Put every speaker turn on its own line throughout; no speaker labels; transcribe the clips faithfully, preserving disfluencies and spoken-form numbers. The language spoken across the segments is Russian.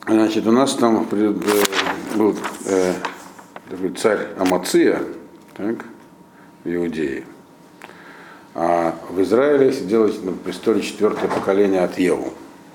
Значит, у нас там был э, такой царь Амация, так, в Иудее. А в Израиле сидело на престоле четвертое поколение от Еву.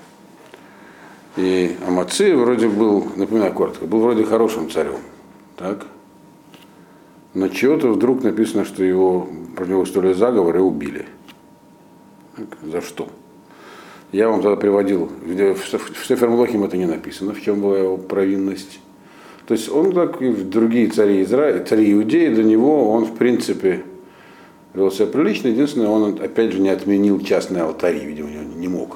И Амация вроде был, напоминаю коротко, был вроде хорошим царем. Так? Но чего-то вдруг написано, что его про него устроили заговор и убили. Так, за что? Я вам тогда приводил, в Сефер Мелохим это не написано, в чем была его провинность. То есть он, как и другие цари Израиля, цари Иудеи, до него он, в принципе, вел себя прилично. Единственное, он, опять же, не отменил частные алтари, видимо, не мог.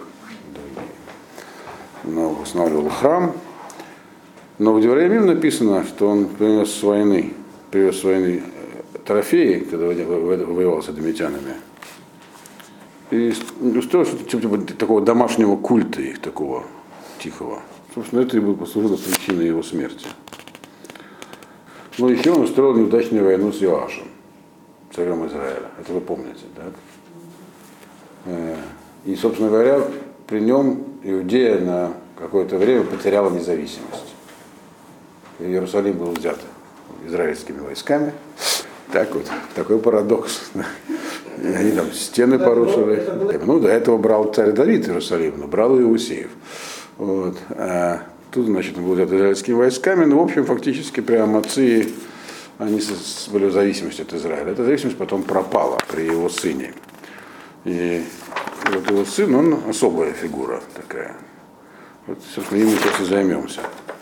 Но восстанавливал храм. Но в Девраимим написано, что он принес с войны, привез с войны трофеи, когда воевал с адамитянами. И устроил что-то типа такого домашнего культа их, такого тихого. Собственно, это и послужило причиной его смерти. Но еще он устроил неудачную войну с Йоашем, царем Израиля. Это вы помните, так? И, собственно говоря, при нем Иудея на какое-то время потеряла независимость. И Иерусалим был взят израильскими войсками. Так вот, такой парадокс. И они там стены порушили. Ну, до этого брал царь Давид Иерусалим, но брал и Иусеев. Вот. А тут, значит, он был взят израильскими войсками, но, в общем, фактически при Амации они были в зависимости от Израиля. Эта зависимость потом пропала при его сыне. И вот его сын, он особая фигура такая. Вот, собственно, им мы сейчас и займемся.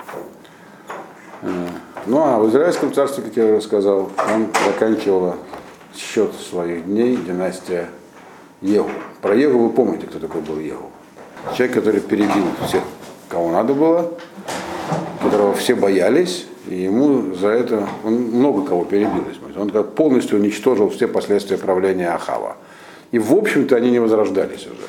Ну, а в Израильском царстве, как я уже сказал, он заканчивала счет своих дней династия Егу. Про Егу вы помните, кто такой был Егу? Человек, который перебил всех, кого надо было, которого все боялись, и ему за это, он много кого перебил. Он полностью уничтожил все последствия правления Ахава. И, в общем-то, они не возрождались уже.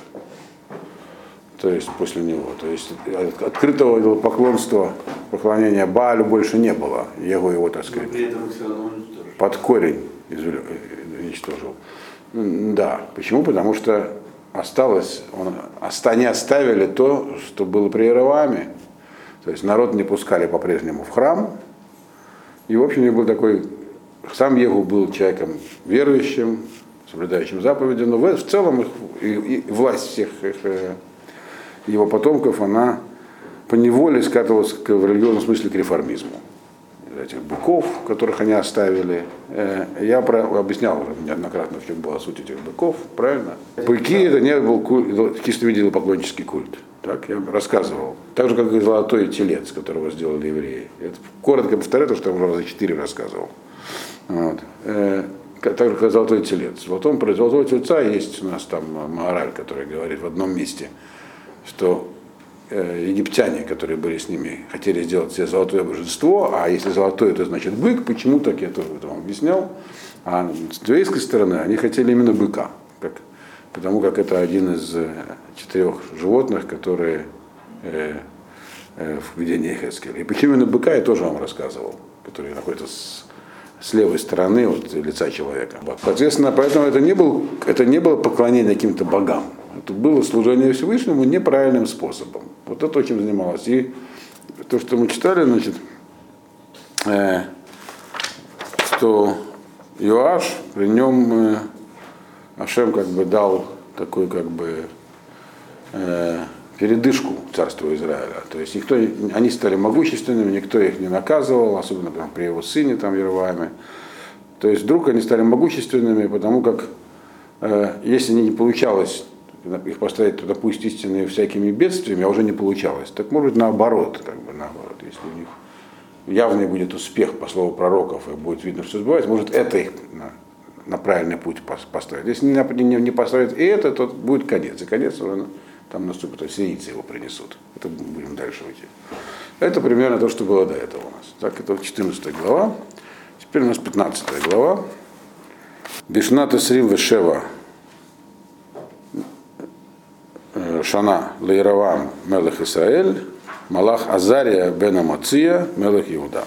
То есть после него. То есть открытого поклонства, поклонения Баалю больше не было. Его его, так сказать, под корень уничтожил. Да. Почему? Потому что осталось, он, они оставили то, что было при Иеровоаме. То есть народ не пускали по-прежнему в храм. И, в общем, не был такой, сам Егу был человеком верующим, соблюдающим заповеди, но в, в целом их, и, и власть всех их, его потомков, она поневоле скатывалась к, в религиозном смысле к реформизму. Этих быков, которых они оставили. Я про, объяснял уже неоднократно, в чем была суть этих быков, правильно? Быки это не был культ, чисто видели поклоннический культ. Так, я рассказывал. Так же, как и золотой телец, которого сделали евреи. Это коротко повторяю то, что я уже раза четыре рассказывал. Вот. Так же, как золотой телец. Золотом, про золотого тельца есть у нас там Маораль, который говорит в одном месте, что э, египтяне, которые были с ними, хотели сделать себе золотое божество, а если золотое, то значит бык. Почему так, я тоже это вам объяснял. А с еврейской стороны они хотели именно быка, как, потому как это один из э, четырех животных, которые э, э, в видении Хескеля. И почему именно быка, я тоже вам рассказывал, который находится с, с левой стороны от лица человека. Соответственно, поэтому это не, был, это не было поклонение каким-то богам. Это было служение Всевышнему неправильным способом. Вот это чем занималось. И то, что мы читали, значит, э, что Йоаш, при нем э, Ашем как бы дал такую как бы э, передышку царству Израиля. То есть никто, они стали могущественными, никто их не наказывал, особенно прям, при его сыне там Иеровоаме. То есть вдруг они стали могущественными, потому как э, если не получалось их поставить туда, пусть истинные всякими бедствиями, а уже не получалось. Так может быть наоборот, как бы наоборот, если у них явный будет успех по слову пророков, и будет видно, что сбывается, может это их на, на правильный путь поставить. Если не, не, не поставить и это, то будет конец. И конец уже там наступит, то сирийцы его принесут. Это будем дальше уйти. Это примерно то, что было до этого у нас. Так, это четырнадцатая глава. Теперь у нас пятнадцатая глава. Бишнат Исрим Вешева Шана Лейровам Мелех Исраэль, Малах Азария бен Амация Мелех Иуда.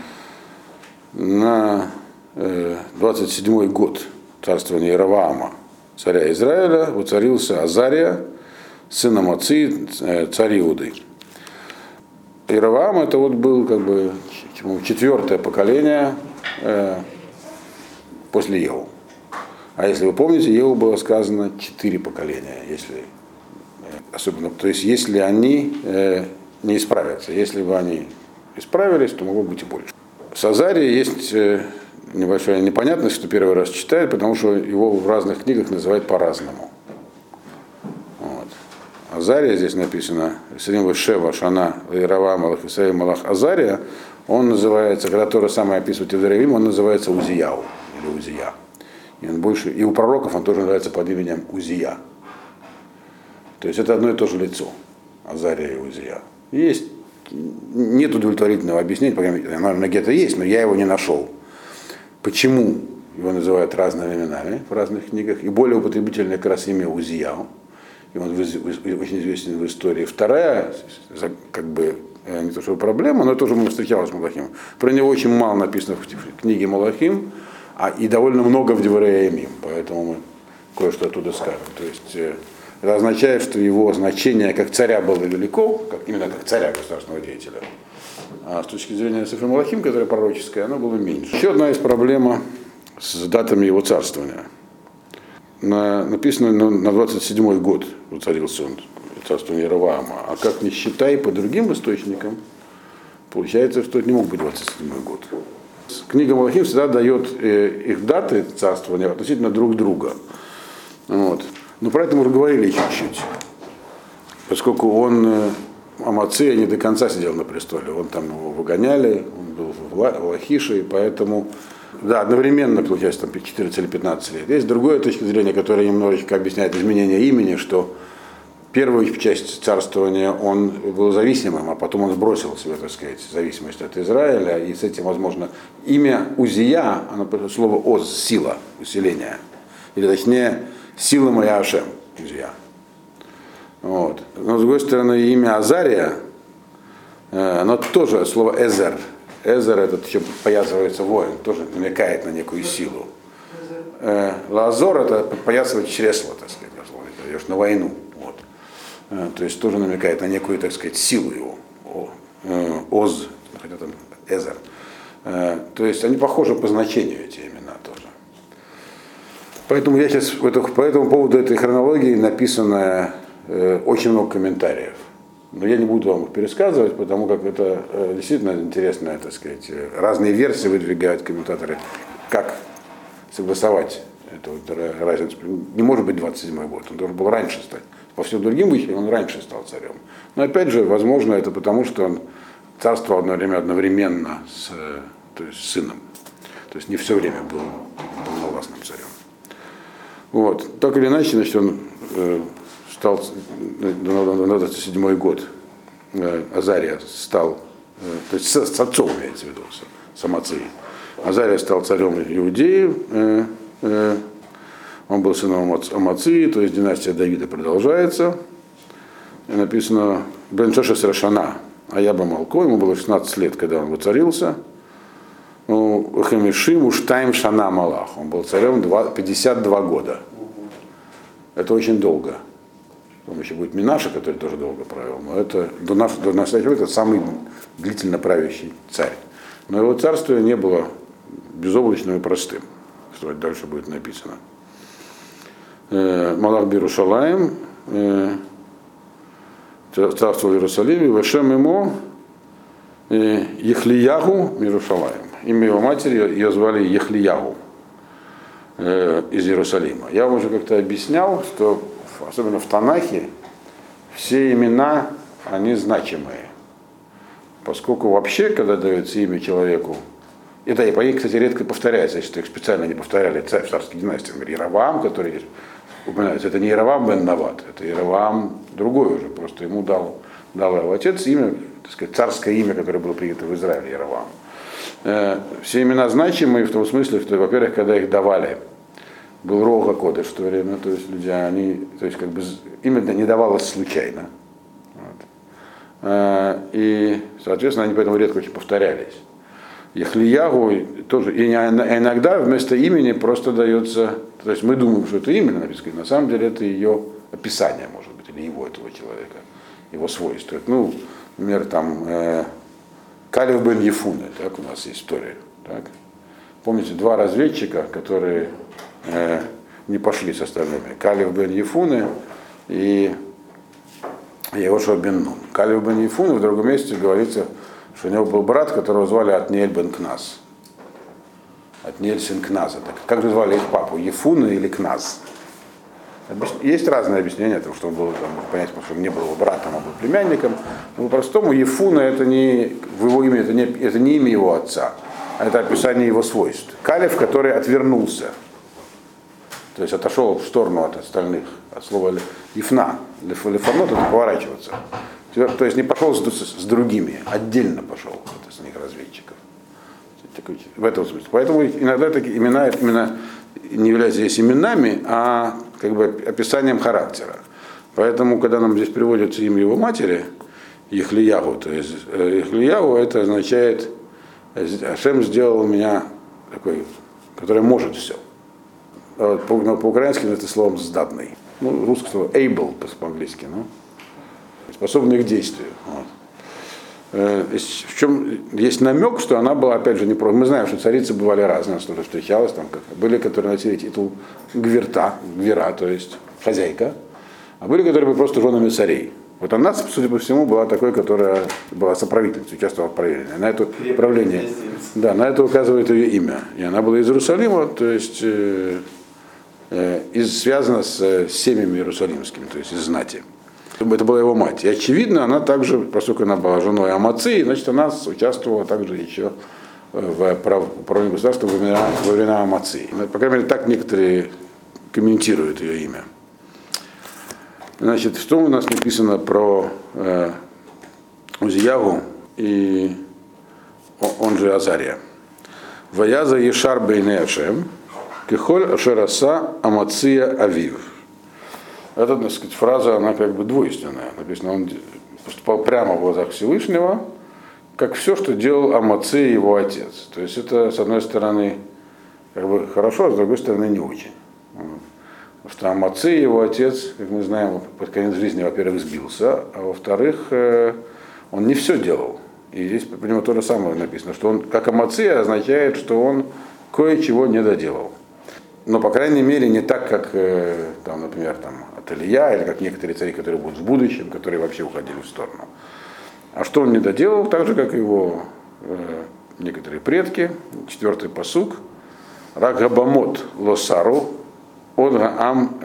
На двадцать седьмой год царствования Иеровоама, царя Израиля, воцарился Азария, сын Амации, царь Иуды. И Иеровоам это вот был как бы четвертое поколение э, после Иегу. А если вы помните, Иегу было сказано четыре поколения, если особенно, то есть если они э, не исправятся, если бы они исправились, то могло быть и больше. С Азарией есть э, небольшая непонятность, что первый раз читает, потому что его в разных книгах называют по-разному. Вот. Азария, здесь написано, Срим Шева, Шана, Иеровоам, Малах Исраиль, Малах Азария, он называется, когда то же самое описывает Ивдеравим, он называется Узияу, или Узия. И, он больше, и у пророков он тоже называется под именем Узия. То есть это одно и то же лицо, Азария и Узия. Есть, нет удовлетворительного объяснения, наверное, где-то есть, но я его не нашел. Почему его называют разными именами в разных книгах, и более употребительное как раз имя Узияу, и он очень известен в истории. Вторая, как бы, не то что проблема, но тоже мы встречались с Малахим. Про него очень мало написано в книге Малахим, а и довольно много в Деврея Ямим, поэтому мы кое-что оттуда скажем. То есть это означает, что его значение как царя было велико, как, именно как царя государственного деятеля. А с точки зрения Сефер Малахим, которая пророческая, оно было меньше. Еще одна из проблем с датами его царствования. На, написано на, на двадцать седьмой год воцарился он, царствование Иеровоама. А как ни считай по другим источникам, получается, что это не мог быть двадцать седьмой год. Книга Малахим всегда дает э, их даты царствования относительно друг друга. Вот. Но про это мы уже говорили чуть-чуть. Поскольку он, э, Амацея, не до конца сидел на престоле. Он там его выгоняли, он был в Лахише, и поэтому, да, одновременно, получается, там четырнадцать или пятнадцать лет. Есть другая точка зрения, которая немножечко объясняет изменение имени, что первую часть царствования он был зависимым, а потом он сбросил себе, так сказать, зависимость от Израиля, и с этим, возможно, имя Узия, оно слово Оз, сила, усиление, или точнее, сила моя Ашем, Узия. Вот. Но с другой стороны, имя Азария, оно тоже слово Эзер. Эзер, этот еще поясывается воин, тоже намекает на некую силу. Лазор, это подпоясывать чресло, так сказать, ты идешь на войну. Вот. То есть тоже намекает на некую, так сказать, силу его. Оз, хотя там Эзер. То есть они похожи по значению, эти имена тоже. Поэтому я сейчас по этому поводу этой хронологии написано э, очень много комментариев. Но я не буду вам их пересказывать, потому как это э, действительно интересно, так сказать. Разные версии выдвигают комментаторы, как согласовать эту вот разницу. Не может быть двадцать седьмой год, он должен был раньше стать. По всем другим вещам он раньше стал царем. Но опять же, возможно, это потому, что он царствовал одно время одновременно с, то есть, с сыном. То есть не все время был полновластным царем. Вот. Так или иначе, значит, он э, стал на двадцать седьмой год, э, Азария стал, э, то есть с, с отцом имеется в виду, с, с Амацией. Азария стал царем Иудеи, э, э, он был сыном Амации, то есть династия Давида продолжается. И написано Бен Шошес Рашана, Аяба Малко, ему было шестнадцать лет, когда он воцарился. Ну, Хамишим Уштайм Шана Малах. Он был царем пятьдесят два года. Это очень долго. Потом еще будет Минаша, который тоже долго правил. Но это до нашего, до настоящего это самый длительно правящий царь. Но его царствие не было безоблачным и простым. Что дальше будет написано. Малах Бирушалаем, царство в Иерусалиме, Вашем ему Ехлиягу Мирушалаем. Имя его матери, ее звали Ехлиягу э, из Иерусалима. Я вам уже как-то объяснял, что особенно в Танахе все имена, они значимые. Поскольку вообще, когда дается имя человеку, это и по ней, кстати, редко повторяется, если их специально не повторяли царь в царской династии. Иеровоам, который здесь упоминается, это не Иеровоам бен Нават, это Иеровоам другой уже, просто ему дал, дал его отец имя, так сказать, царское имя, которое было принято в Израиле, Иеровоам. Все имена значимые в том смысле, что, во-первых, когда их давали, был Рога Кодеш в то время, то есть люди, они, то есть как бы имя не давалось случайно. Вот. И, соответственно, они поэтому редко очень повторялись. Ехлиягу тоже, и иногда вместо имени просто дается, то есть мы думаем, что это имя написано, на самом деле это ее описание, может быть, или его, этого человека, его свойства. Ну, например, там э, Калев бен Ефуне, так у нас есть история. Так? Помните, два разведчика, которые э, не пошли с остальными. Калев бен Ефуне и Йошуа бен Нун. Калев бен Ефуне в другом месте говорится, что у него был брат, которого звали Отниэль бен Кназ. Отниэль сын Кназа. Так, как же звали их папу? Ефуна или Кназ? Есть разные объяснения, потому что он был, там, понять, потому что он не был его братом, он был племянником. Но по-простому Ефуна это не в его имя, это не, это не имя его отца, а это описание его свойств. Калев, который отвернулся, то есть отошел в сторону от остальных, от слова ифна, лефанот это поворачиваться. То есть не пошел с, с другими, отдельно пошел от остальных разведчиков. В этом смысле. Поэтому иногда такие имена именно не являются здесь именами, а как бы описанием характера. Поэтому, когда нам здесь приводится имя его матери, Ехлиягу, то есть Ехлиягу, это означает, Ашем сделал меня такой, который может все. По-украински это словом «сдатный». Ну, русское слово «able» по-английски, ну, способный к действию. Вот. В чем есть намек, что она была, опять же, не про. Мы знаем, что царицы бывали разные, что встречалась, там, как, были, которые носили титул гверта, гвера, то есть хозяйка, а были, которые были просто женами царей. Вот она, судя по всему, была такой, которая была соправительницей, участвовала в правлении. На это правление, да, на это указывает ее имя. И она была из Иерусалима, то есть э, э, из, связана с э, семьями иерусалимскими, то есть из знати. Это была его мать. И очевидно, она также, поскольку она была женой Амации, значит, она участвовала также еще в управлении государства во времена, во времена Амации. По крайней мере, так некоторые комментируют ее имя. Значит, что у нас написано про э, Узиягу и он же Азария. Ваяза Ешар бейне Ашем, кехоль ашераса Амация Авив. Эта, так сказать, фраза, она как бы двойственная. Написано, он поступал прямо в глазах Всевышнего, как все, что делал Амацей, его отец. То есть это, с одной стороны, как бы хорошо, а с другой стороны, не очень. Потому что Амацей, его отец, как мы знаем, под конец жизни, во-первых, сбился, а во-вторых, он не все делал. И здесь по нему то же самое написано, что он, как Амацей, означает, что он кое-чего не доделал. Но, по крайней мере, не так, как, там, например, там, от Илья, или как некоторые цари, которые будут в будущем, которые вообще уходили в сторону. А что он не доделал, так же, как и его э, некоторые предки, четвертый пасук, Рагабамот Лосару, Одгаам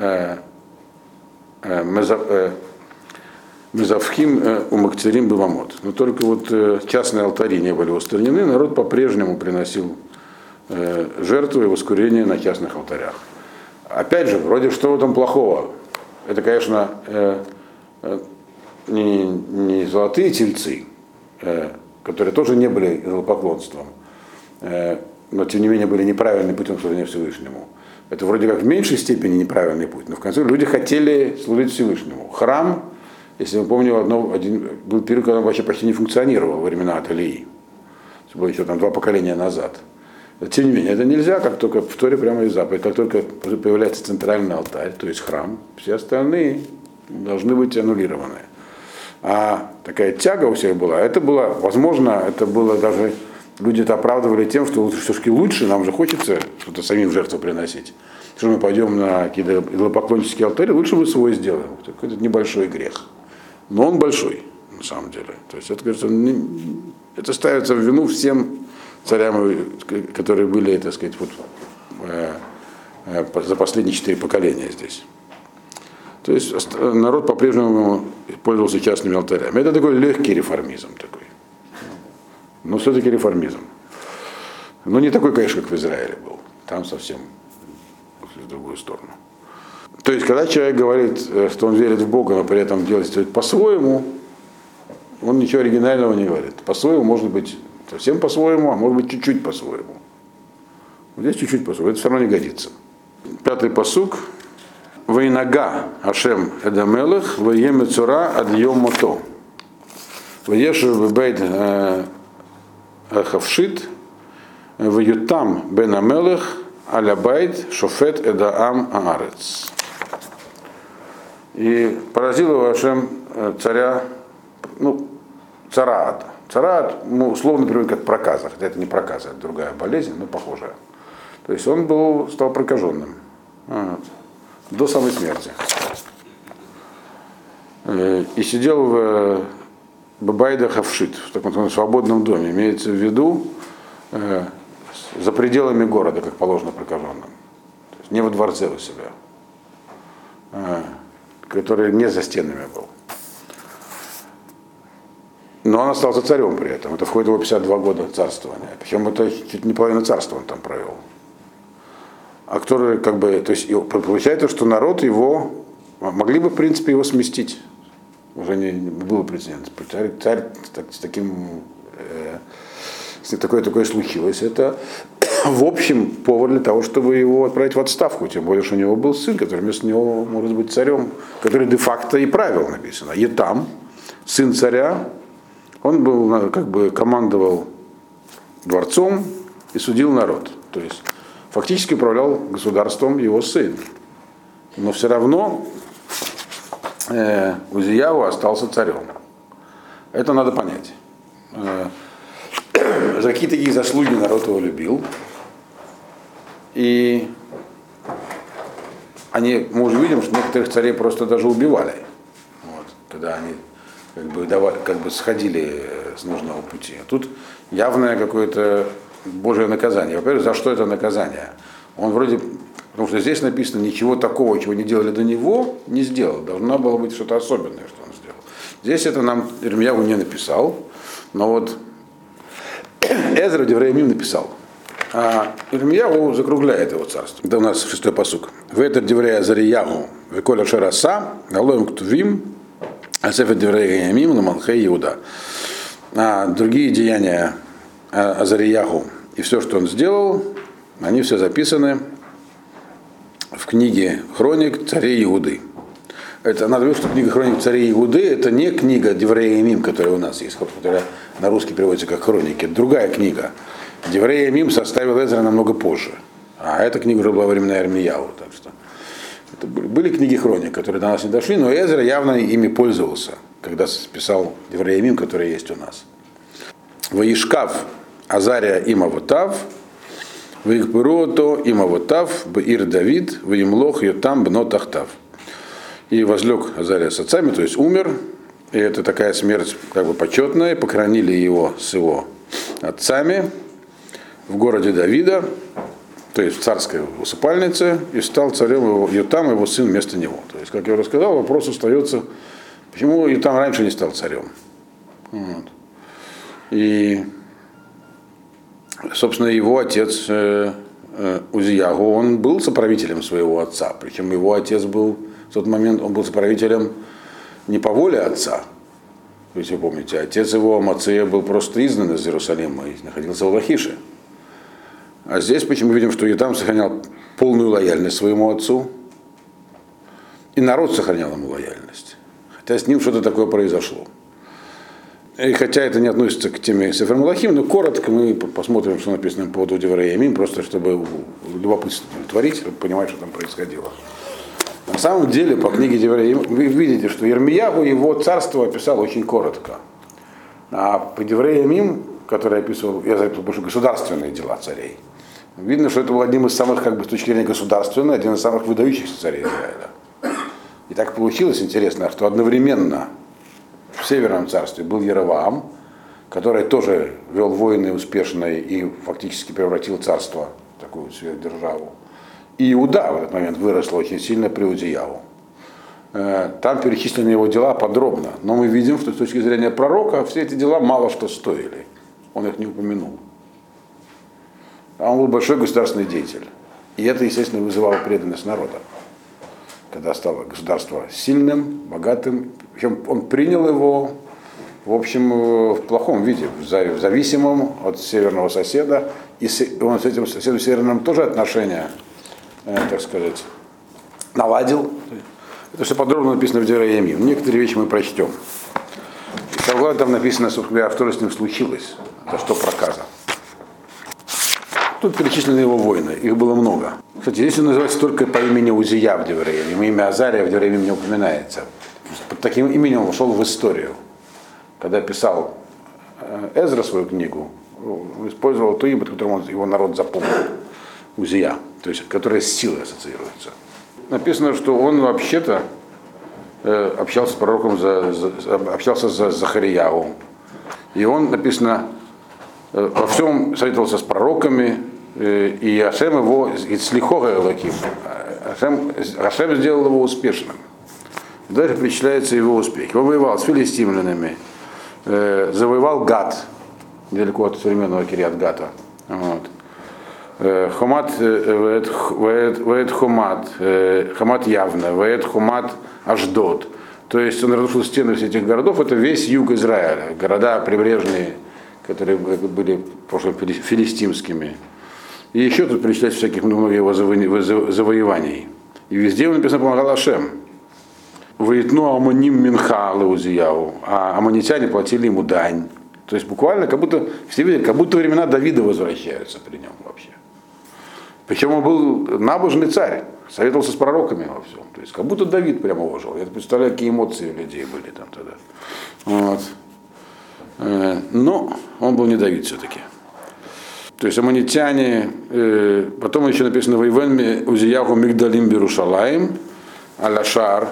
Мезавхим Умакцерим Бавамот. Но только вот э, частные алтари не были устранены, народ по-прежнему приносил жертвы и воскурения на частных алтарях. Опять же, вроде что в этом плохого? Это, конечно, э, э, не, не золотые тельцы, э, которые тоже не были идолопоклонством, э, но тем не менее были неправильным путем служения Всевышнему. Это вроде как в меньшей степени неправильный путь, но в конце люди хотели служить Всевышнему. Храм, если мы помним, одно, один, был период, когда он вообще почти не функционировал во времена от Илии. Это было еще там два поколения назад. Тем не менее, это нельзя, как только в Торе прямо из заповедь, как только появляется центральный алтарь, то есть храм, все остальные должны быть аннулированы. А такая тяга у всех была, это было, возможно, это было даже, люди это оправдывали тем, что все-таки лучше, нам же хочется что-то самим в жертву приносить. Что мы пойдем на какие-то идолопоклоннические алтари, лучше мы свой сделаем. Это небольшой грех. Но он большой, на самом деле. То есть это, кажется, это ставится в вину всем царям, которые были, так сказать, вот, э, э, за последние четыре поколения здесь. То есть народ по-прежнему пользовался частными алтарями. Это такой легкий реформизм такой. Но все-таки реформизм. Но не такой, конечно, как в Израиле был. Там совсем в другую сторону. То есть, когда человек говорит, что он верит в Бога, но при этом делает по-своему, он ничего оригинального не говорит. По-своему может быть совсем по-своему, а может быть чуть-чуть по-своему. Вот здесь чуть-чуть по-своему. Это все равно не годится. Пятый пасук. Вайнага Ашем Эдамелых, Ваеме Цура Адьем Мото. Ваешев Бейт Хавшит, Ваютам Бен Амелых, Алябайт Шофет Эдаам Аарец. И поразил его Ашем царя, ну, цараат. Цараат, ну, условно переводит как проказа, хотя это не проказа, это другая болезнь, но похожая. То есть он был, стал прокаженным. Вот. До самой смерти. И сидел в Бабайда Хавшит, в таком свободном доме. Имеется в виду э, за пределами города, как положено прокаженным. То есть не во дворце у себя, э, который не за стенами был. Но он остался царем при этом. Это входит в его пятьдесят два года царствования. Причем это чуть не половина царства он там провел. А который, как бы, то есть получается, что народ его, могли бы, в принципе, его сместить. Уже не, не было прецедента. Царь, царь так, с таким, э, с такое, такое случилось. Это, в общем, повод для того, чтобы его отправить в отставку. Тем более, что у него был сын, который вместо него может быть царем, который де-факто и правил написано. Етам, сын царя, он был, как бы, командовал дворцом и судил народ. То есть фактически управлял государством его сын. Но все равно э, Узияу остался царем. Это надо понять. Э, за какие такие заслуги народ его любил. И они, мы уже видим, что некоторых царей просто даже убивали. Вот, когда они как бы, давали, как бы сходили с нужного пути. А тут явное какое-то Божье наказание. Во-первых, за что это наказание? Он вроде, потому что здесь написано, ничего такого, чего не делали до него, не сделал. Должно было быть что-то особенное, что он сделал. Здесь это нам Ирмияу не написал, но вот Эзра Деврей Мим написал. А Ирмияу закругляет его царство. Это у нас шестой пасук. Ветер Деврей Азарияу, Виколя Шараса, Галоем Ктувим, Асефет Деврей Мим, Ламалхей Иуда. А другие деяния Азарияху и все, что он сделал, они все записаны в книге Хроник царей Иуды. Это надо говорить, что книга Хроник царей Иуды это не книга Деврея Мим, которая у нас есть, которая на русский переводится как Хроники. Это другая книга. Деврея Мим составил Эзра намного позже. А эта книга уже была времена Ирмияу. Так что это были книги Хроник, которые до нас не дошли, но Эзра явно ими пользовался, когда писал Деврея Мим, который есть у нас. Ваишкав Азария имавотав, Ваихберото имавотав, Баир Давид, Ваимлох Йотам бно тахтав. И возлег Азария с отцами, то есть умер, и это такая смерть как бы почетная, похоронили его с его отцами в городе Давида, то есть в царской усыпальнице, и стал царем его, Йотам, его сын вместо него. То есть, как я уже сказал, вопрос остается, почему Йотам раньше не стал царем. Вот. И, собственно, его отец э, э, Узиягу, он был соправителем своего отца. Причем его отец был, в тот момент, он был соправителем не по воле отца. Если вы помните, отец его, Амацея, был просто изгнан из Иерусалима и находился в Лахише. А здесь почему мы видим, что Йотам сохранял полную лояльность своему отцу, и народ сохранял ему лояльность. Хотя с ним что-то такое произошло. И хотя это не относится к теме Сефер Мелахим, но коротко мы посмотрим, что написано по поводу Деврея Мим, просто чтобы любопытство удовлетворить, чтобы понимать, что там происходило. На самом деле, по книге Деврея Мим, вы видите, что Ирмияху его царство описал очень коротко. А по Деврея Мим, который описывал, я записал больше государственные дела царей, видно, что это был одним из самых, как бы, с точки зрения государственной, один из самых выдающихся царей Израиля. И так получилось, интересно, что одновременно в Северном царстве был Яровоам, который тоже вел войны успешные и фактически превратил царство в такую сверхдержаву. И Иуда в этот момент выросла очень сильно при Узияу. Там перечислены его дела подробно, но мы видим, что с точки зрения пророка все эти дела мало что стоили. Он их не упомянул. А он был большой государственный деятель. И это, естественно, вызывало преданность народа. Когда стало государство сильным, богатым, причем он принял его, в общем, в плохом виде, в зависимом от северного соседа, и он с этим соседом северным тоже отношения, так сказать, наладил. Это все подробно написано в Деврея Мим. Некоторые вещи мы прочтем. И самое главное, там написано, собственно говоря, что с ним случилось, за что проказа. Тут перечислены его войны, их было много. Кстати, здесь он называется только по имени Узия в Деврея Мим, имя Азария в Деврея Мим не упоминается. Под таким именем он вошел в историю. Когда писал Эзра свою книгу использовал ту имя, которым он, его народ запомнил, Узия, то есть которая с силой ассоциируется. Написано, что он вообще-то э, общался с пророком, за, за, общался с Захарияу. И он, написано, э, во всем советовался с пророками, э, и Ашем его, Ицлихога Элоким, Ашем, Ашем сделал его успешным. Дальше перечисляются его успехи. Он воевал с филистимлянами, э, завоевал Гат, недалеко от современного Кириат-Гата. Вот. Хомат Ваэт Хомат, Хомат Явна, Ваэт Хомат Ашдод. То есть он разрушил стены всех этих городов, это весь юг Израиля, города прибрежные, которые были в прошлом филистимскими. И еще тут перечисляются всяких много его завоеваний. И везде он написано помогал Ашем. Воитну Амоним Минха Лаузияу, а аммонитяне платили ему дань. То есть буквально, как будто, все видели, как будто времена Давида возвращаются при нем вообще. Причем он был набожный царь, советовался с пророками во всем. То есть как будто Давид прямо ожил. Я представляю, какие эмоции у людей были там тогда. Вот. Но он был не Давид все-таки. То есть аммонитяне, потом еще написано «Вайвен Узияху Мигдалим Берушалаим, Аляшар».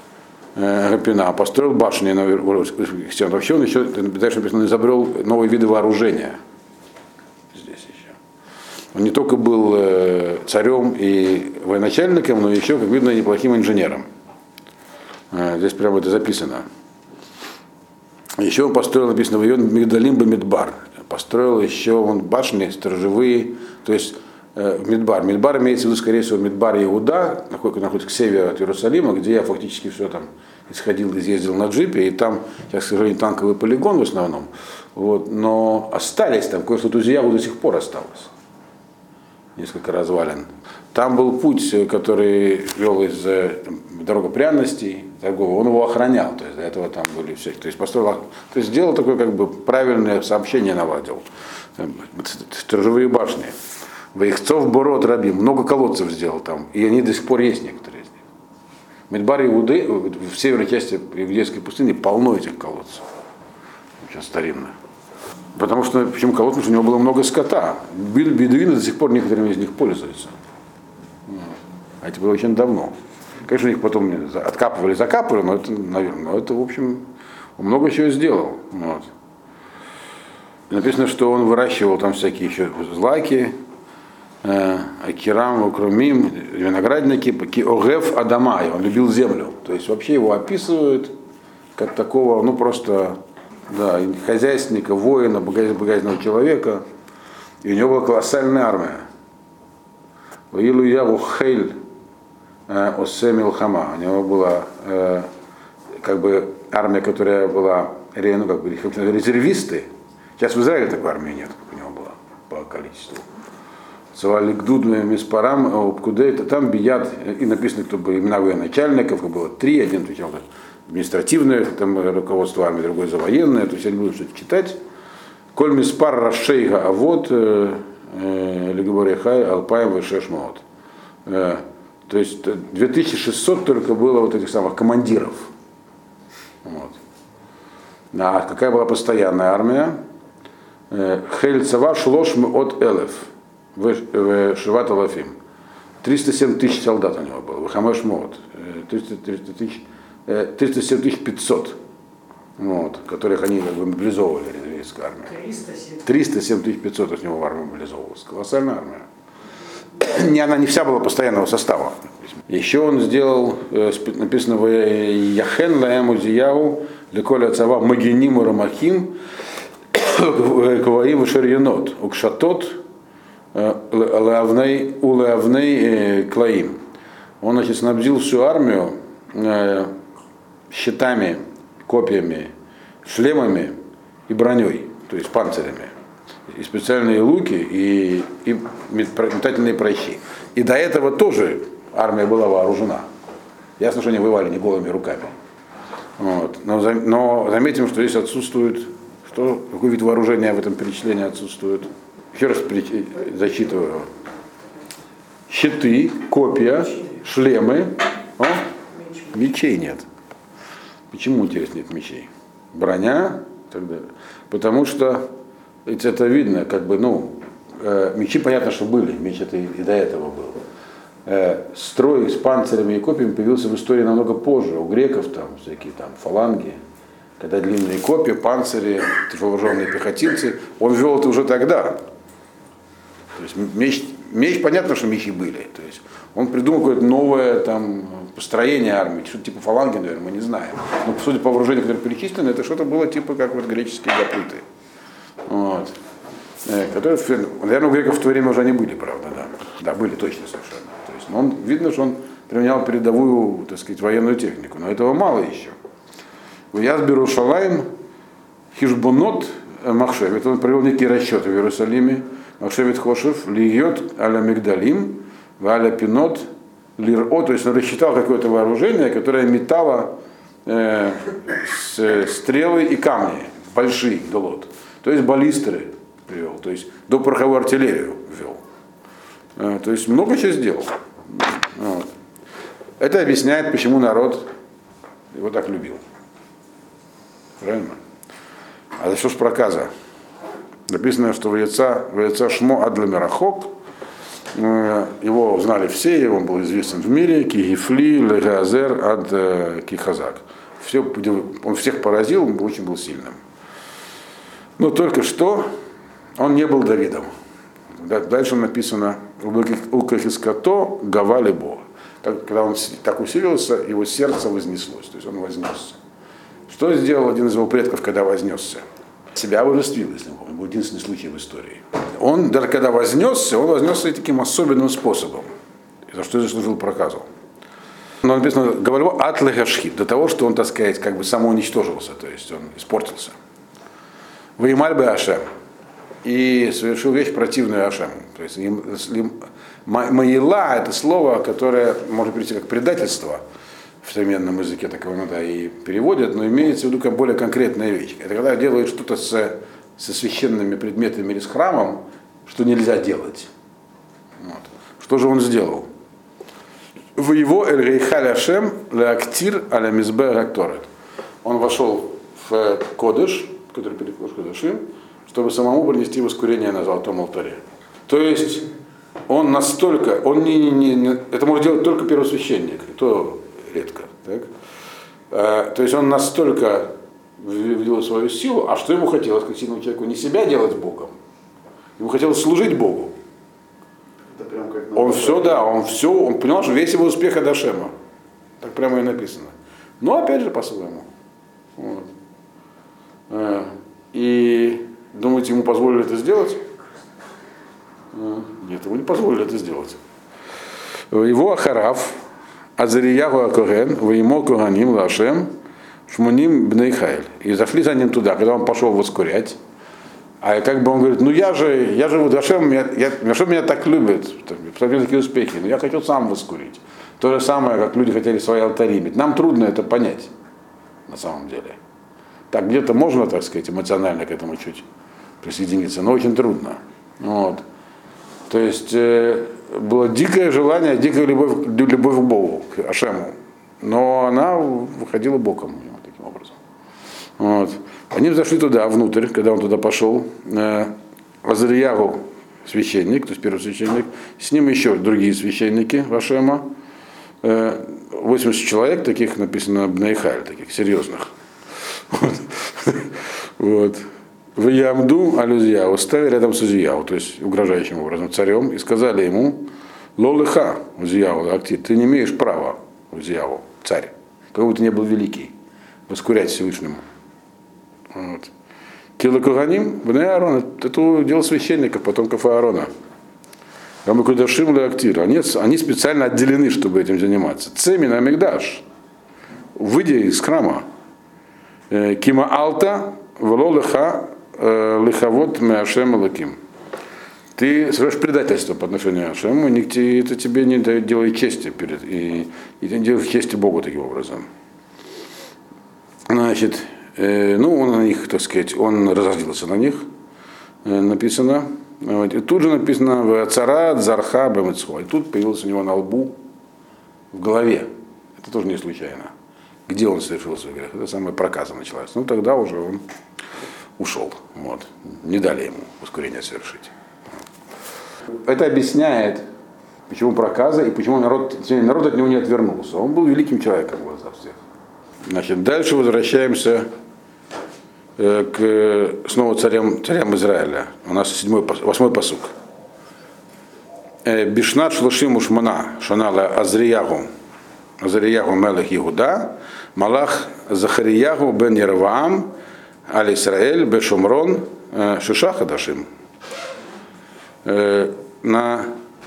Гапина построил башни на стенах. Вообще он еще, дальше написано, изобрел новые виды вооружения. Здесь еще. Он не только был царем и военачальником, но еще, как видно, неплохим инженером. Здесь прямо это записано. Еще он построил, написано, в Мигдалим Бамидбар. Построил еще он башни сторожевые, то есть Мидбар. Мидбар имеется в виду, скорее всего, Мидбар Иуда, находится к северу от Иерусалима, где я фактически все там исходил, изъездил на джипе, и там, сейчас, к сожалению, танковый полигон в основном. Вот, но остались там, кое-что от Узияу до сих пор осталось. Несколько развалин. Там был путь, который вел из дорога пряностей, торгового, он его охранял, то есть до этого там были все. То есть построил, то есть сделал такое как бы правильное сообщение, наладил. Сторожевые башни. Ваихцов Бород Раби, много колодцев сделал там, и они до сих пор есть некоторые из них. В Мидбар Иуды, в северной части Иудейской пустыни полно этих колодцев. Очень старинно. Потому что, почему колодцев, у него было много скота. Бедуины до сих пор некоторыми из них пользуются. А это было очень давно. Конечно, у них потом откапывали, закапывали, но это, наверное, но это, в общем, он много чего сделал. Вот. Написано, что он выращивал там всякие еще злаки, Акирам, Укрумим, виноградники, Огев Адамай, он любил землю. То есть вообще его описывают как такого, ну просто, да, хозяйственника, воина, богатого человека. И у него была колоссальная армия. Ваилу Яву Хейль Осемил Хама. У него была э, как бы армия, которая была, ну, как бы, резервисты. Сейчас в Израиле такой армии нет, как у него было по количеству. Миспарам, там бият, и написано, кто были имена военачальников, было три, один отвечал за административное там, руководство армии, другой за военное, то есть я не буду что-то читать. Коль миспар расшейга, а вот Легаборехай, Алпаем, Вешешмаот. То есть две тысячи шестьсот только было вот этих самых командиров. Вот. А какая была постоянная армия? Хель Цава Шлошм от Элев. В Шиват Алафим. триста семь тысяч солдат у него было. В Хамеш Мод. триста семь тысяч пятьсот. Вот, которых они как бы мобилизовывали, резервистская армия. триста семь тысяч пятьсот от него в армию мобилизовывалась. Колоссальная армия. Не, она не вся была постоянного состава. Еще он сделал, написано в Яхен Лаэму Зияу, Леколя Цава Магиниму Рамахим, Каваим Шерьенот, Укшатот, Улеавней Клаим. Он, значит, снабдил всю армию щитами, копьями, шлемами и броней, то есть панцирями. И специальные луки, и, и метательные прощи. И до этого тоже армия была вооружена. Ясно, что они воевали не голыми руками. Вот. Но, но заметим, что здесь отсутствует, что, какой вид вооружения в этом перечислении отсутствует. Еще раз зачитываю. Щиты, копья, шлемы. О, мечей нет. Почему, интересно, нет мечей? Броня, и так далее. Потому что ведь это видно, как бы, ну, э, мечи, понятно, что были, меч это и, и до этого был. Э, строй с панцирями и копьями появился в истории намного позже. У греков там всякие там фаланги, когда длинные копья, панцири, тяжеловооруженные пехотинцы, он ввел это уже тогда. То есть меч, меч, понятно, что мечи были. То есть он придумал какое-то новое там построение армии, что-то типа фаланги, наверное, мы не знаем. Но судя по вооружению, которое перечислено, это что-то было типа как вот греческие гопыты. Вот. Которые, наверное, у греков в то время уже они были, правда, да. Да, были точно совершенно. То есть, но он, видно, что он применял передовую, так сказать, военную технику. Но этого мало еще. Я сберу Шалаем, Хишбонот, Махшевит. Он провел некие расчеты в Иерусалиме. Махшевит Хошев, Льет, Аля Мигдалим, Аля Пинот, Лир-О. То есть он рассчитал какое-то вооружение, которое метало э, с, стрелы и камни, большие, долот. То есть баллистеры привел, то есть до пороховую артиллерию ввел. Э, то есть много чего сделал. Вот. Это объясняет, почему народ его так любил. Правильно? А за что ж проказа? Написано, что в яйца, в яйца Шмо Адламерахок, его знали все, он был известен в мире, Кигифли, Легазер, Ад Кихазак. Все, он всех поразил, он очень был сильным. Но только что он не был Давидом. Дальше написано, у Кахискато Гавали Бога. Когда он так усилился, его сердце вознеслось, то есть он вознесся. Что сделал один из его предков, когда вознесся? Себя обожествил, если он был единственный случай в истории. Он, даже когда вознесся, он вознесся таким особенным способом. И за что и заслужил проказу. Но написано, говорю, от лехашхит, до того, что он, так сказать, как бы самоуничтожился, то есть он испортился. Ваималь бы Ашем. И совершил вещь противную Ашему. То есть маила — это слово, которое может прийти как предательство. В современном языке так его иногда и переводят, но имеется в виду как более конкретная вещь. Это когда делают что-то с, со священными предметами или с храмом, что нельзя делать. Вот. Что же он сделал? В его эль рейхаль Ашем леактир аля мизбе ракторет. Он вошел в кодыш, который перед кодышем, чтобы самому принести воскурение на золотом алтаре. То есть он настолько, он не, не, не, это может делать только первосвященник, то редко. Так? А, то есть он настолько ввел свою силу, а что ему хотелось, как сильному человеку, не себя делать Богом, ему хотелось служить Богу. Это прям как он все, да, он все, он понял, что весь его успех от Ашема. Так прямо и написано. Но опять же по-своему. Вот. А, и думаете, ему позволили это сделать? А, нет, ему не позволили это сделать. Его Ахарав, Азарияху Акоген, Ваимо Коганим Лашем, Шмуним Бнейхайль. И зашли за ним туда, когда он пошел воскурять. А как бы он говорит, ну я же, я живу Дашем, я, я, Дашем меня так любит, посмотрели такие успехи, но я хочу сам воскурить. То же самое, как люди хотели свои алтари иметь. Нам трудно это понять, на самом деле. Так, где-то можно, так сказать, эмоционально к этому чуть присоединиться, но очень трудно. Вот. То есть э, было дикое желание, дикая любовь, любовь к Богу, к Ашему. Но она выходила боком у него таким образом. Вот. Они зашли туда, внутрь, когда он туда пошел. Э, Азарияху, священник, то есть первый священник, с ним еще другие священники Ашема. Э, восемьдесят человек, таких написано Бнейхайль, таких серьезных. Вот. Вот. В Ямду Алюзияу стали рядом с Узияу, то есть угрожающим образом царем, и сказали ему: Лолыха, Узияу, Акти, ты не имеешь права, Узияу, царь, как будто не был великий, воскурять Всевышнему. Вот. Килакуганим, Бней Аарон, это дело священников, потомков Аарона. Рамакудашим Леактир, они, они специально отделены, чтобы этим заниматься. Цемин Амигдаш, выйдя из храма, Кима Алта, Влолыха, Лихавод Меашем Лаким. Ты совершаешь предательство по отношению к Ашему, и это тебе не делает чести перед, и, и ты не делаешь чести Богу таким образом. Значит, э, ну он на них, так сказать, он разозлился на них, э, написано. Вот, и тут же написано в Царат Зарха Бемецхо. И тут появился у него на лбу, в голове. Это тоже не случайно. где он совершил свой грех. Это самая проказа началась. Ну тогда уже он ушел. Вот. Не дали ему ускорение совершить. Это объясняет, почему проказа и почему народ, народ от него не отвернулся. Он был великим человеком в глазах всех. Значит, дальше возвращаемся э, к снова царям, царям Израиля. У нас седьмой, восьмой пасук. Бишнат шлошим ушмана шанала Азриягу, Азриягу мелех Иуда, Малах Захариягу бен Яроваам, Аль Исраэль бешумрон Шишаха дашим. На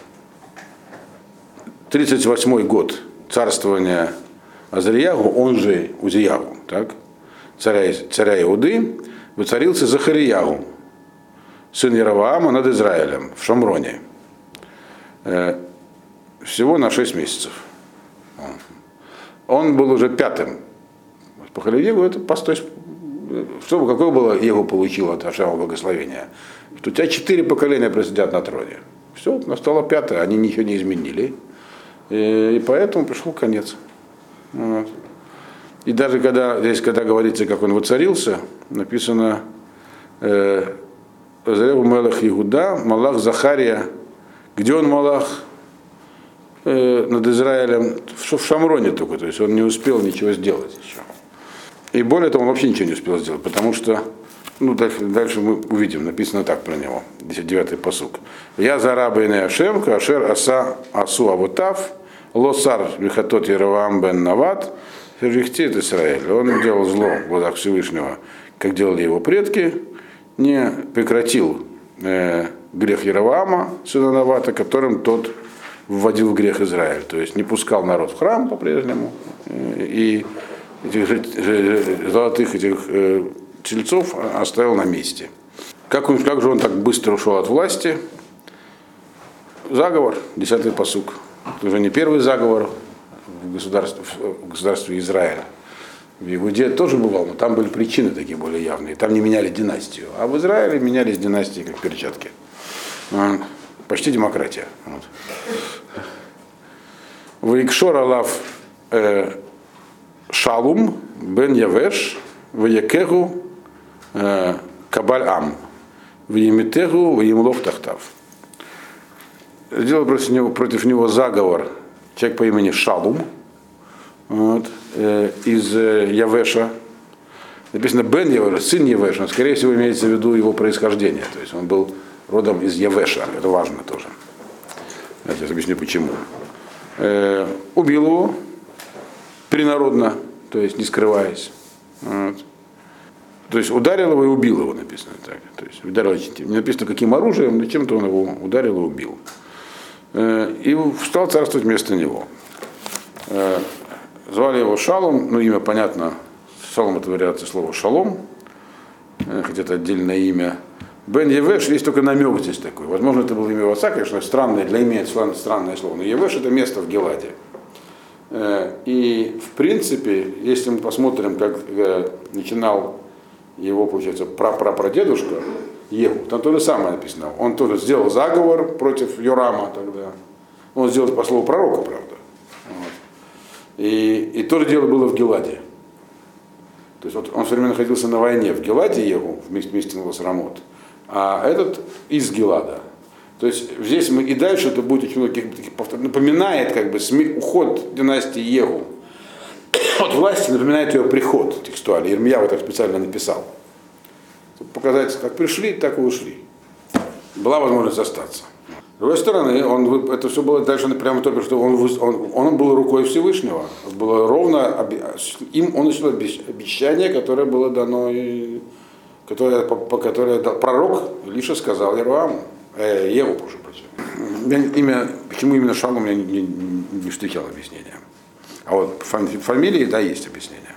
тридцать восьмой год царствования Азриягу, он же Узиягу, так, царя, царя Иуды, воцарился Захариягу, сын Яроваама над Израилем в Шомроне. Всего на шесть месяцев. Он был уже пятым. По Халилеву это постой. Что, какое было Егу получил от Ашема благословения? Что у тебя четыре поколения просидят на троне. Все, настало пятое, они ничего не изменили. И, и поэтому пришел конец. Вот. И даже когда здесь, когда говорится, как он воцарился, написано Азриягу мелех Иуда, Малах Захария. Где он, Малах, э, над Израилем? В, в Шамроне только, то есть он не успел ничего сделать еще. И более того, он вообще ничего не успел сделать, потому что, ну, дальше, дальше мы увидим, написано так про него, девятый пасук. Я за раба ине Ашем, кашер аса асу авотав, лосар вихатот Яроваам бен Нават, фервихтит Израиль. Он делал зло в глазах Всевышнего, как делали его предки, не прекратил э, грех Яроваама, сына Навата, которым тот вводил в грех Израиль. То есть не пускал народ в храм по-прежнему. И этих золотых этих э, тельцов оставил на месте. Как, он, как же он так быстро ушел от власти? Заговор, десятый пасук. Это уже не первый заговор в государстве, в государстве Израиля. В Иуде тоже бывал, но там были причины такие более явные. Там не меняли династию. А в Израиле менялись династии как перчатки. Почти демократия. Вот. Ваикшор Алав э, Шалум бен Явеш Ваякегу э, Кабаль Ам Ваемитегу Ваемлох Тахтав. Сделал против него, против него заговор человек по имени Шалум, вот, э, из э, Явеша. Написано Бен Явеш, сын Явеша, скорее всего имеется в виду его происхождение. То есть он был родом из Явеша, это важно тоже. Я сейчас объясню почему. Э, убил его принародно, то есть не скрываясь. Вот. То есть ударил его и убил его, написано так. То есть ударил, не написано каким оружием, но чем-то он его ударил и убил. Э, и стал царствовать вместо него. Э, звали его Шалом, ну имя понятно, Шалом это вариация слова Шалом, э, хотя это отдельное имя. Бен Явеш, есть только намек здесь такой. Возможно, это было имя его отца, конечно, странное, для имени странное слово. Но Явеш это место в Гиладе. И, в принципе, если мы посмотрим, как начинал его, получается, прапрапрадедушка Егу, там то же самое написано. Он тоже сделал заговор против Йорама тогда. Он сделал по слову пророка, правда. Вот. И, и то же дело было в Гиладе. То есть вот он все время находился на войне в Гиладе Егу, вместе, вместе с Рамот. А этот из Гилада. То есть здесь мы и дальше это будет очень много таких повторов. Напоминает как бы уход династии Егу от власти, напоминает ее приход текстуально. Ирмияу так специально написал. Чтобы показать, как пришли, так и ушли. Была возможность остаться. С другой стороны, он, это все было дальше прямо только, что он, он, он был рукой Всевышнего. Было ровно, им он носил обещание, которое было дано и Которое, по, по которое дал пророк Илиша сказал Яровааму, э, Егу, прошу прощения. Имя, почему именно Шалом, я не, не, не встречал объяснения. А вот по фамилии, да, есть объяснение.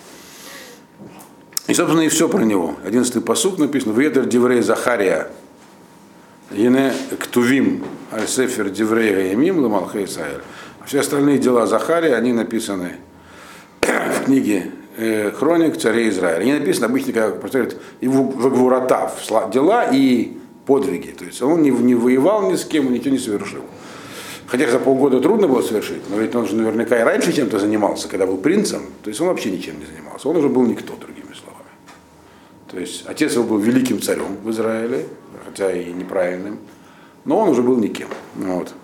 И, собственно, и все про него. Одиннадцатый пасук написано: «Ведер диврей Захария, ене ктувим, аль-сефер диврей гаямим, ламалхе Исраэль». Все остальные дела Захария, они написаны в книге Хроник царей Израиля. Не написано обычно, как представляют, и вагвуратав, дела и подвиги. То есть он не, не воевал ни с кем, ничего не совершил. Хотя за полгода трудно было совершить, но ведь он же наверняка и раньше чем-то занимался, когда был принцем, то есть он вообще ничем не занимался, он уже был никто, другими словами. То есть отец его был великим царем в Израиле, хотя и неправильным, но он уже был никем. Вот.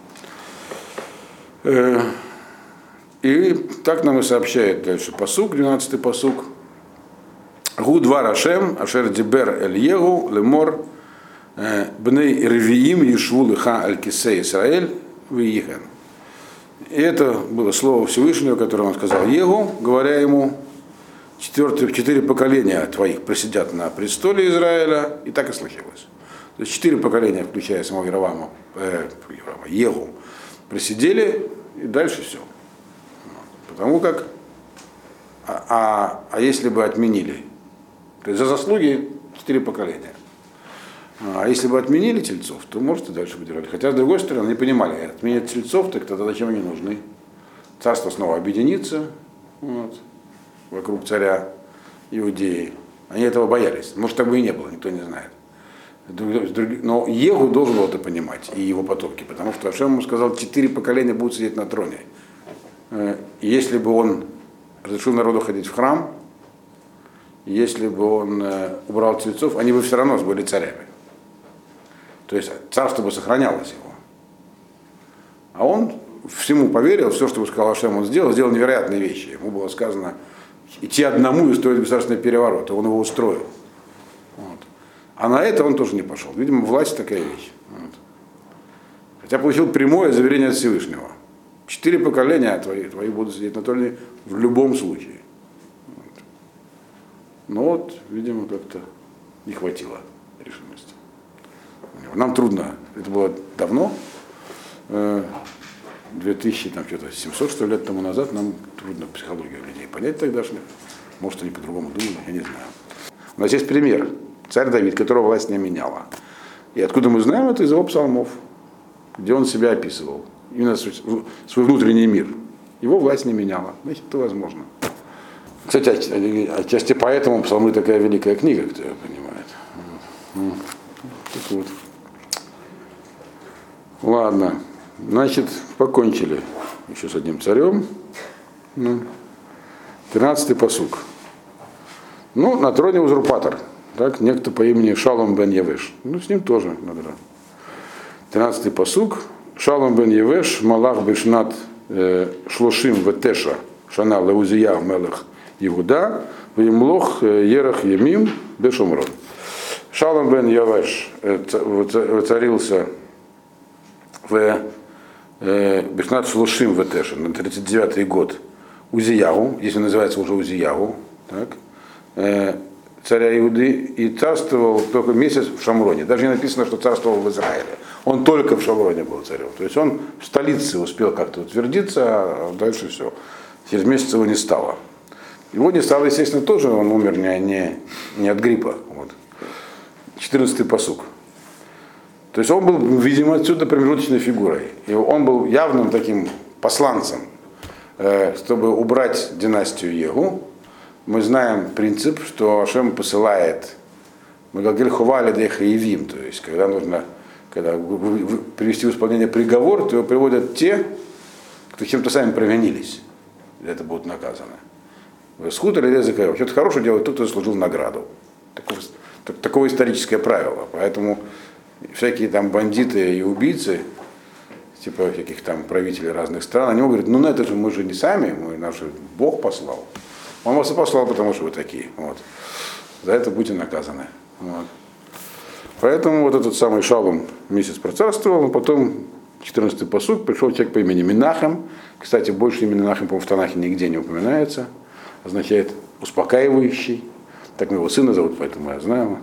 И так нам и сообщает дальше пасук, двенадцатый пасук. Гу два Рашем, Ашер Дибер Эль Егу, Лемор, Бней Ревиим, Ешву Лиха Аль Кисей Исраэль, Виихен. И это было слово Всевышнего, которое он сказал Егу, говоря ему, четвертое, четыре поколения твоих присидят на престоле Израиля, и так и случилось. То есть четыре поколения, включая самого Яровама, э, Егу, присидели, и дальше все. Потому как, а, а, а если бы отменили, то есть за заслуги четыре поколения. А если бы отменили тельцов, то, может, и дальше бы держали. Хотя, с другой стороны, они понимали, отменят тельцов, так тогда зачем они нужны? Царство снова объединится вот, вокруг царя Иудеи. Они этого боялись. Может, так бы и не было, никто не знает. Но Егу должен был это понимать, и его потомки, потому что Ашем ему сказал, четыре поколения будут сидеть на троне. И если бы он разрешил народу ходить в храм, если бы он убрал тельцов, они бы все равно были царями. То есть царство бы сохранялось его. А он всему поверил, все, что сказал Ашем, он сделал, сделал невероятные вещи. Ему было сказано идти одному и устроить государственный переворот, и он его устроил. Вот. А на это он тоже не пошел. Видимо, власть такая вещь. Вот. Хотя получил прямое заверение от Всевышнего. Четыре поколения твои, твои будут сидеть на троне в любом случае. Вот. Но вот, видимо, как-то не хватило решимости. Нам трудно, это было давно, две тысячи семьсот что ли, лет тому назад, нам трудно психологию людей понять тогдашних. Может, они по-другому думали, я не знаю. У нас есть пример. Царь Давид, которого власть не меняла. И откуда мы знаем это? Из его псалмов, где он себя описывал. Именно свой внутренний мир. Его власть не меняла. Значит, это возможно. Кстати, отчасти поэтому псалмы такая великая книга, кто понимает. Так вот. Ладно. Значит, покончили еще с одним царем. тринадцатый пасук. Ну, на троне узурпатор. Так, некто по имени Шалом бен Явеш. Ну, с ним тоже надо. тринадцатый пасук. Шалом бен Явеш, Малах бешнат шлошим ветеша, шана леузия мелех Иуда, вимлох ерах емим бешомрон. Шалом бен Явеш воцарился в бешнат шлошим ветеша, на тридцать девятый год Узияу, если называется уже Узияу, так, царя Иуды, и царствовал только месяц в Шамроне. Даже не написано, что царствовал в Израиле. Он только в Шамроне был царем. То есть он в столице успел как-то утвердиться, а дальше все. Через месяц его не стало. Его не стало, естественно, тоже, он умер не, не, не от гриппа. Вот. четырнадцатый пасук. То есть он был, видимо, отсюда промежуточной фигурой. И он был явным таким посланцем, чтобы убрать династию Егу. Мы знаем принцип, что Ашем посылает Мегагель Хували Дейхаевим, то есть когда нужно когда привести в исполнение приговор, то его приводят те, кто чем-то сами провинились, и это будут наказаны. Схуд или языка, что-то хорошее делает тот, кто заслужил награду. Такое, так, такое историческое правило. Поэтому всякие там бандиты и убийцы, типа каких там правителей разных стран, они говорят, ну на это же мы же не сами, мы, наш Бог послал. Он вас и послал, потому что вы такие. Вот. За это будете наказаны. Вот. Поэтому вот этот самый Шалом месяц процарствовал, а потом четырнадцатый пасук пришел человек по имени Минахем. Кстати, больше имени Минахем, по-моему, в Танахе нигде не упоминается. Означает успокаивающий. Так моего сына зовут, поэтому я знаю.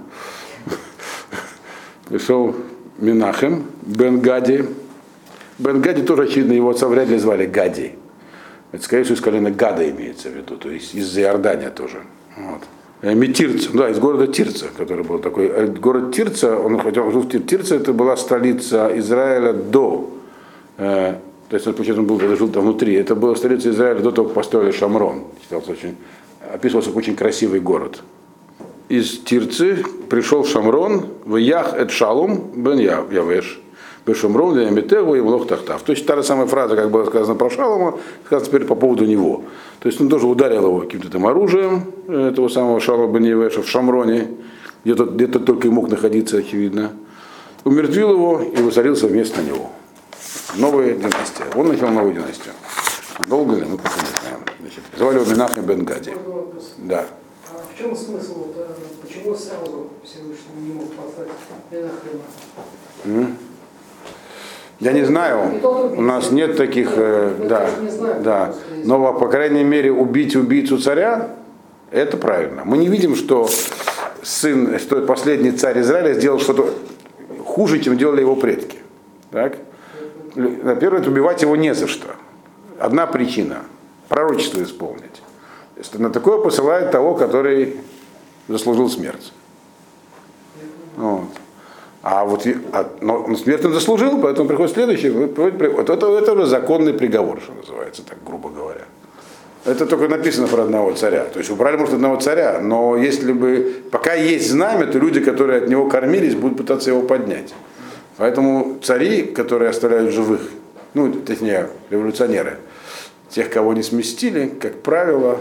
Пришел Минахем, Бен Гади. Бен Гади тоже, очевидно, его отца вряд ли звали Гади. Это, скорее всего, из колена Гада имеется в виду, то есть из-за Иордания тоже. Вот. Метирца, да, из города Тирца, который был такой. Город Тирца, он хотя жил в Тирце, Тирца это была столица Израиля до, э, то есть, получается, он был, жил там внутри, это была столица Израиля до того, как построили Шамрон. Считался очень, описывался как очень красивый город. Из Тирцы пришел Шамрон, в Ях эт Шалом бен Явеш. Бешумрон, Леомитегу и Млох Тахтав. То есть та же самая фраза, как была сказана про Шалома, сказана теперь по поводу него. То есть он тоже ударил его каким-то там оружием, этого самого Шалома бен Евеша в Шамроне, где-то где только и мог находиться, очевидно. Умертвил его и воцарился вместо него. Новая династия. Он начал новую династию. Долго ли? Мы пока не знаем. Значит, звали его Менахем бен Гади. Да.
А в чем смысл? Почему сразу Всевышний не мог послать Менахема?
Я не знаю, у нас нет таких, э, да, да. Но, по крайней мере, убить убийцу царя, это правильно. Мы не видим, что сын, что последний царь Израиля сделал что-то хуже, чем делали его предки. Так? Во-первых, убивать его не за что. Одна причина – пророчество исполнить. Если на такое посылает того, который заслужил смерть. Вот. А вот а, но он смерть он заслужил, поэтому приходит следующий. Вот это, это уже законный приговор, что называется, так грубо говоря. Это только написано про одного царя. То есть убрали, может, одного царя, но если бы пока есть знамя, то люди, которые от него кормились, будут пытаться его поднять. Поэтому цари, которые оставляют живых, ну, точнее, революционеры, тех, кого не сместили, как правило,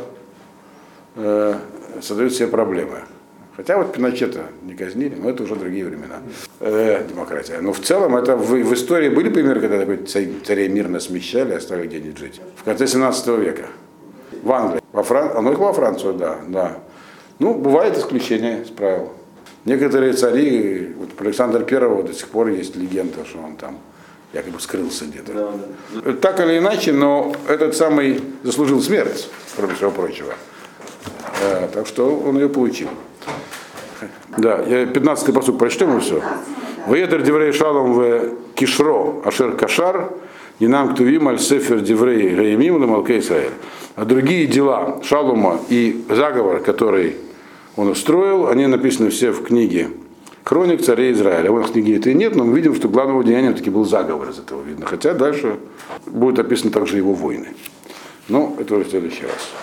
э, создают себе проблемы. Хотя вот Пиночета не казнили, но это уже другие времена. Э, демократия. Но в целом это в, в истории были примеры, когда такой царь, царей мирно смещали и оставили где-нибудь жить. В конце семнадцатого века. В Англии. Во Фран... А ну их во Францию, да, да. Ну, бывает исключение из правил. Некоторые цари, вот Александр Первого до сих пор есть легенда, что он там якобы скрылся где-то. Да, да. Так или иначе, но этот самый заслужил смерть, кроме всего прочего. Э, так что он ее получил. Да, я пятнадцатый посук прочтем и все. Ваедер диврей шалом в кишро ашер кашар, и нам ктувим аль сефер диврей гаимим на малке Исраэль. А другие дела Шалума и заговор, который он устроил, они написаны все в книге Хроник царей Израиля. У нас книги этой нет, но мы видим, что главным деянием таки был заговор, из этого видно. Хотя дальше будет описано также его войны. Но это уже в следующий раз.